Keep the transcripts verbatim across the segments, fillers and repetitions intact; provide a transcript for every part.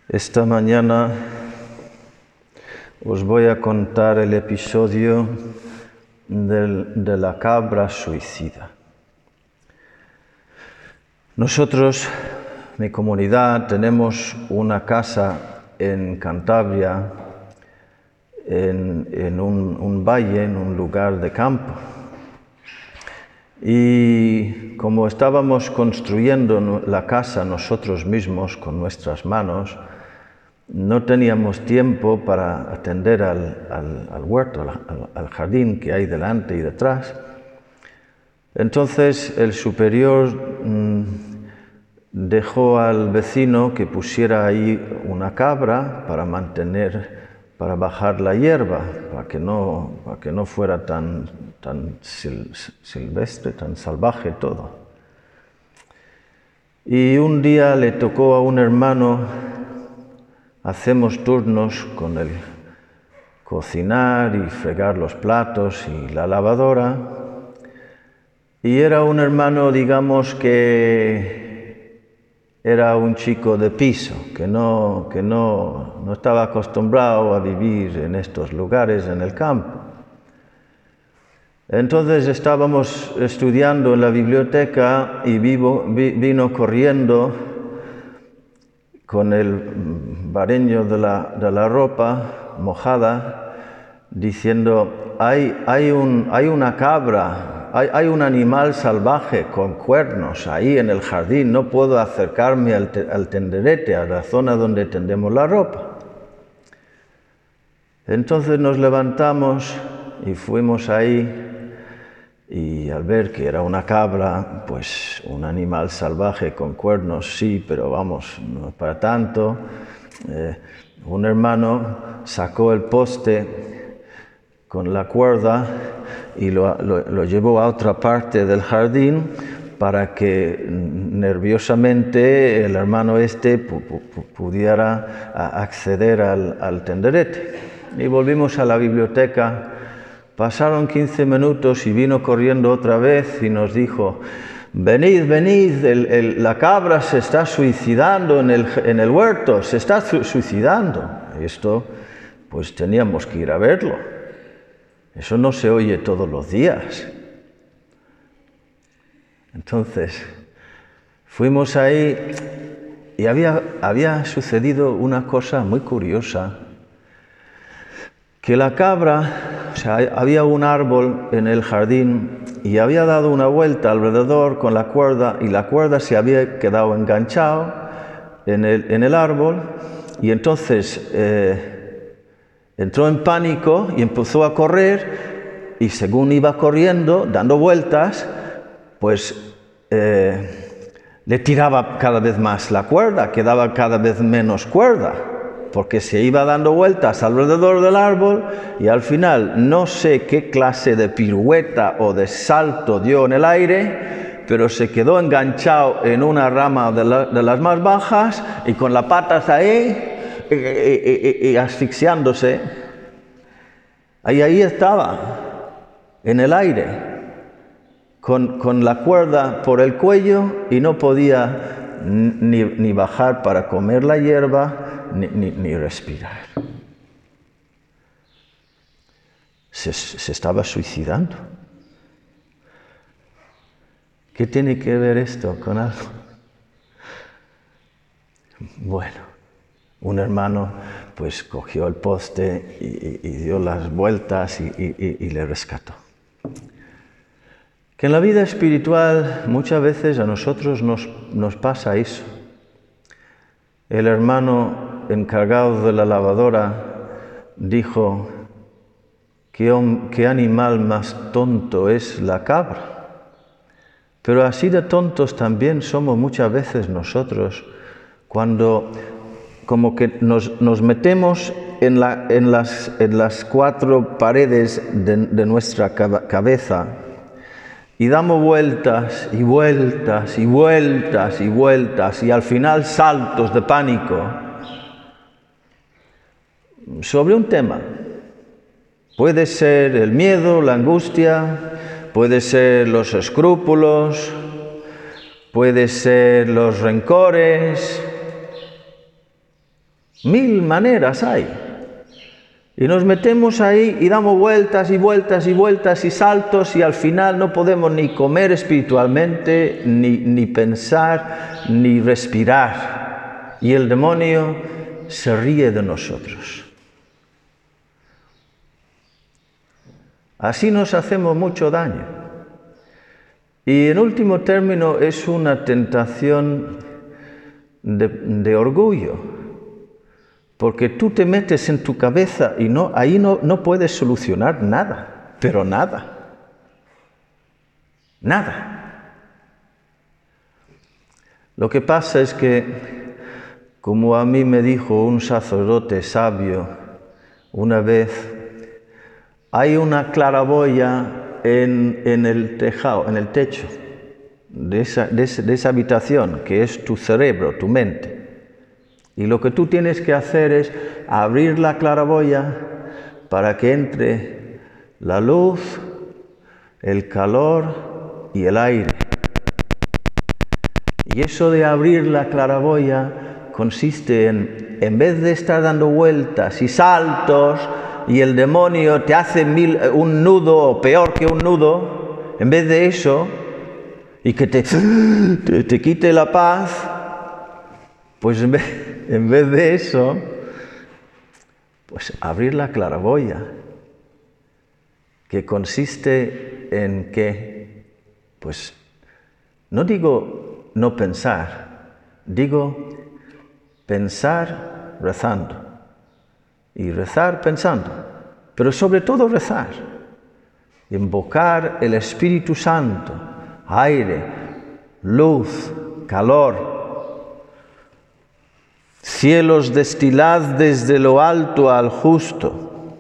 Esta mañana os voy a contar el episodio del, de la cabra suicida. Nosotros, mi comunidad, tenemos una casa en Cantabria, en, en un, un valle, en un lugar de campo. Y como estábamos construyendo la casa nosotros mismos con nuestras manos, no teníamos tiempo para atender al, al, al huerto, al, al jardín que hay delante y detrás. Entonces el superior mmm, dejó al vecino que pusiera ahí una cabra para mantener, para bajar la hierba, para que no, para que no fuera tan, tan sil, silvestre, tan salvaje todo. Y un día le tocó a un hermano. Hacemos turnos con el cocinar y fregar los platos y la lavadora. Y era un hermano, digamos, que era un chico de piso, que no, que no, no estaba acostumbrado a vivir en estos lugares, en el campo. Entonces estábamos estudiando en la biblioteca y vivo, vi, vino corriendo con el vareño de la, de la ropa mojada, diciendo, hay, hay, un, hay una cabra, hay, hay un animal salvaje con cuernos ahí en el jardín, no puedo acercarme al, te, al tenderete, a la zona donde tendemos la ropa. Entonces nos levantamos y fuimos ahí, y al ver que era una cabra, pues un animal salvaje con cuernos, sí, pero vamos, no es para tanto, eh, un hermano sacó el poste con la cuerda y lo, lo, lo llevó a otra parte del jardín para que nerviosamente el hermano este pu pu pudiera acceder al, al tenderete. Y volvimos a la biblioteca. Pasaron quince minutos y vino corriendo otra vez y nos dijo, venid, venid, el, el, la cabra se está suicidando en el, en el huerto, se está su suicidando. Esto, pues teníamos que ir a verlo. Eso no se oye todos los días. Entonces, fuimos ahí y había, había sucedido una cosa muy curiosa, que la cabra... O sea, había un árbol en el jardín y había dado una vuelta alrededor con la cuerda y la cuerda se había quedado enganchado en el, en el árbol y entonces eh, entró en pánico y empezó a correr y según iba corriendo, dando vueltas, pues eh, le tiraba cada vez más la cuerda, quedaba cada vez menos cuerda, porque se iba dando vueltas alrededor del árbol y al final no sé qué clase de pirueta o de salto dio en el aire, pero se quedó enganchado en una rama de, la, de las más bajas y con las patas ahí y, y, y, y asfixiándose. Ahí, ahí estaba, en el aire, con, con la cuerda por el cuello y no podía ni, ni bajar para comer la hierba, Ni, ni, ni respirar. Se, se estaba suicidando. ¿Qué tiene que ver esto con algo? Bueno, un hermano pues cogió el poste y, y, y dio las vueltas y, y, y le rescató. Que en la vida espiritual muchas veces a nosotros nos, nos pasa eso. El hermano encargado de la lavadora dijo, ¿qué, qué animal más tonto es la cabra? Pero así de tontos también somos muchas veces nosotros, cuando como que nos, nos metemos en, la, en, las, en las cuatro paredes de, de nuestra cabeza y damos vueltas y vueltas y vueltas y vueltas y al final saltos de pánico sobre un tema. Puede ser el miedo, la angustia, puede ser los escrúpulos, puede ser los rencores, Mil maneras hay. Y nos metemos ahí y damos vueltas y vueltas y vueltas y saltos y al final no podemos ni comer espiritualmente, ni, ni pensar, ni respirar. Y el demonio se ríe de nosotros. Así nos hacemos mucho daño. Y en último término es una tentación de, de orgullo. Porque tú te metes en tu cabeza y no, ahí no, no puedes solucionar nada, pero nada. Nada. Lo que pasa es que, como a mí me dijo un sacerdote sabio una vez, hay una claraboya en, en el tejado, en el techo de esa, de, esa, de esa habitación, que es tu cerebro, tu mente. Y lo que tú tienes que hacer es abrir la claraboya para que entre la luz, el calor y el aire. Y eso de abrir la claraboya consiste en, en vez de estar dando vueltas y saltos y el demonio te hace mil, un nudo o peor que un nudo, en vez de eso, y que te, te, te quite la paz, pues en vez, en vez de eso, pues abrir la claraboya, que consiste en que, pues, no digo no pensar, digo pensar rezando y rezar pensando, pero sobre todo rezar, invocar el Espíritu Santo, aire, luz, calor, cielos destilad desde lo alto al justo.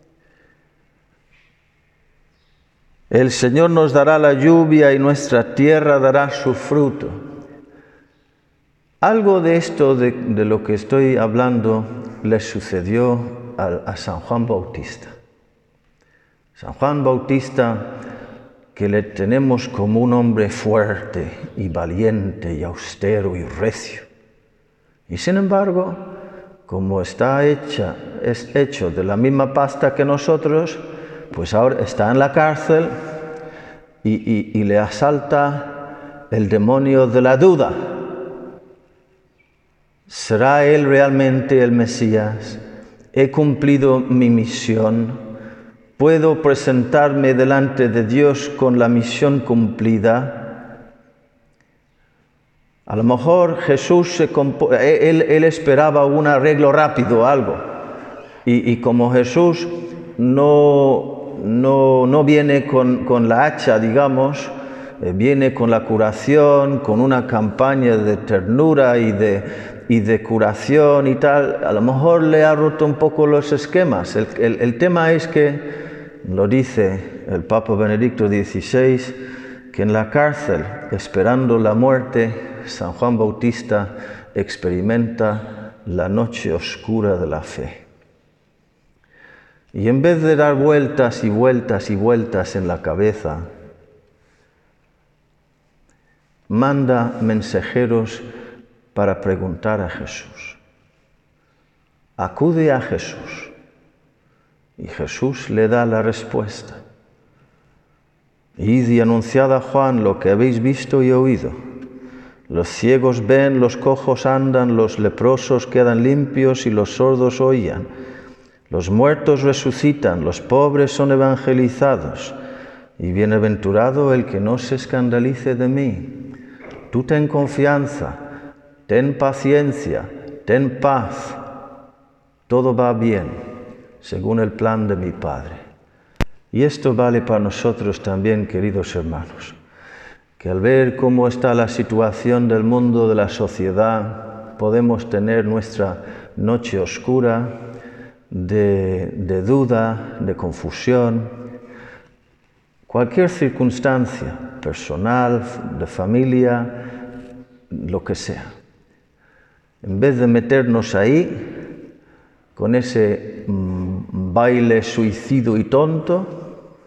El Señor nos dará la lluvia y nuestra tierra dará su fruto. Algo de esto de, de lo que estoy hablando le sucedió a, a San Juan Bautista. San Juan Bautista, que le tenemos como un hombre fuerte y valiente y austero y recio. Y sin embargo, como está hecha, es hecho de la misma pasta que nosotros, pues ahora está en la cárcel y, y, y le asalta el demonio de la duda. ¿Será él realmente el Mesías? ¿He cumplido mi misión? ¿Puedo presentarme delante de Dios con la misión cumplida? A lo mejor Jesús, se compo- él, él esperaba un arreglo rápido, algo. Y, y como Jesús no, no, no viene con, con la hacha, digamos, eh, viene con la curación, con una campaña de ternura y de, y de curación y tal, a lo mejor le ha roto un poco los esquemas. El, el, el tema es que, lo dice el Papa Benedicto dieciséis, que en la cárcel, esperando la muerte, San Juan Bautista experimenta la noche oscura de la fe. Y en vez de dar vueltas y vueltas y vueltas en la cabeza, manda mensajeros para preguntar a Jesús. Acude a Jesús. Y Jesús le da la respuesta. Id y anunciad a Juan lo que habéis visto y oído. Los ciegos ven, los cojos andan, los leprosos quedan limpios y los sordos oían. Los muertos resucitan, los pobres son evangelizados. Y bienaventurado el que no se escandalice de mí. Tú ten confianza, ten paciencia, ten paz. Todo va bien, según el plan de mi Padre. Y esto vale para nosotros también, queridos hermanos, que al ver cómo está la situación del mundo, de la sociedad, podemos tener nuestra noche oscura de, de duda, de confusión, cualquier circunstancia personal, de familia, lo que sea. En vez de meternos ahí, con ese mmm, baile suicido y tonto,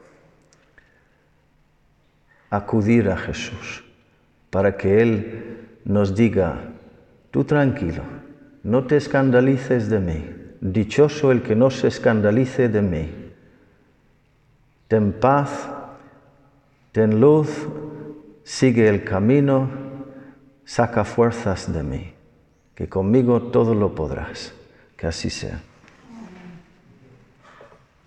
acudir a Jesús para que Él nos diga, tú tranquilo, no te escandalices de mí. Dichoso el que no se escandalice de mí. Ten paz, ten luz, sigue el camino, saca fuerzas de mí, que conmigo todo lo podrás. Que así sea.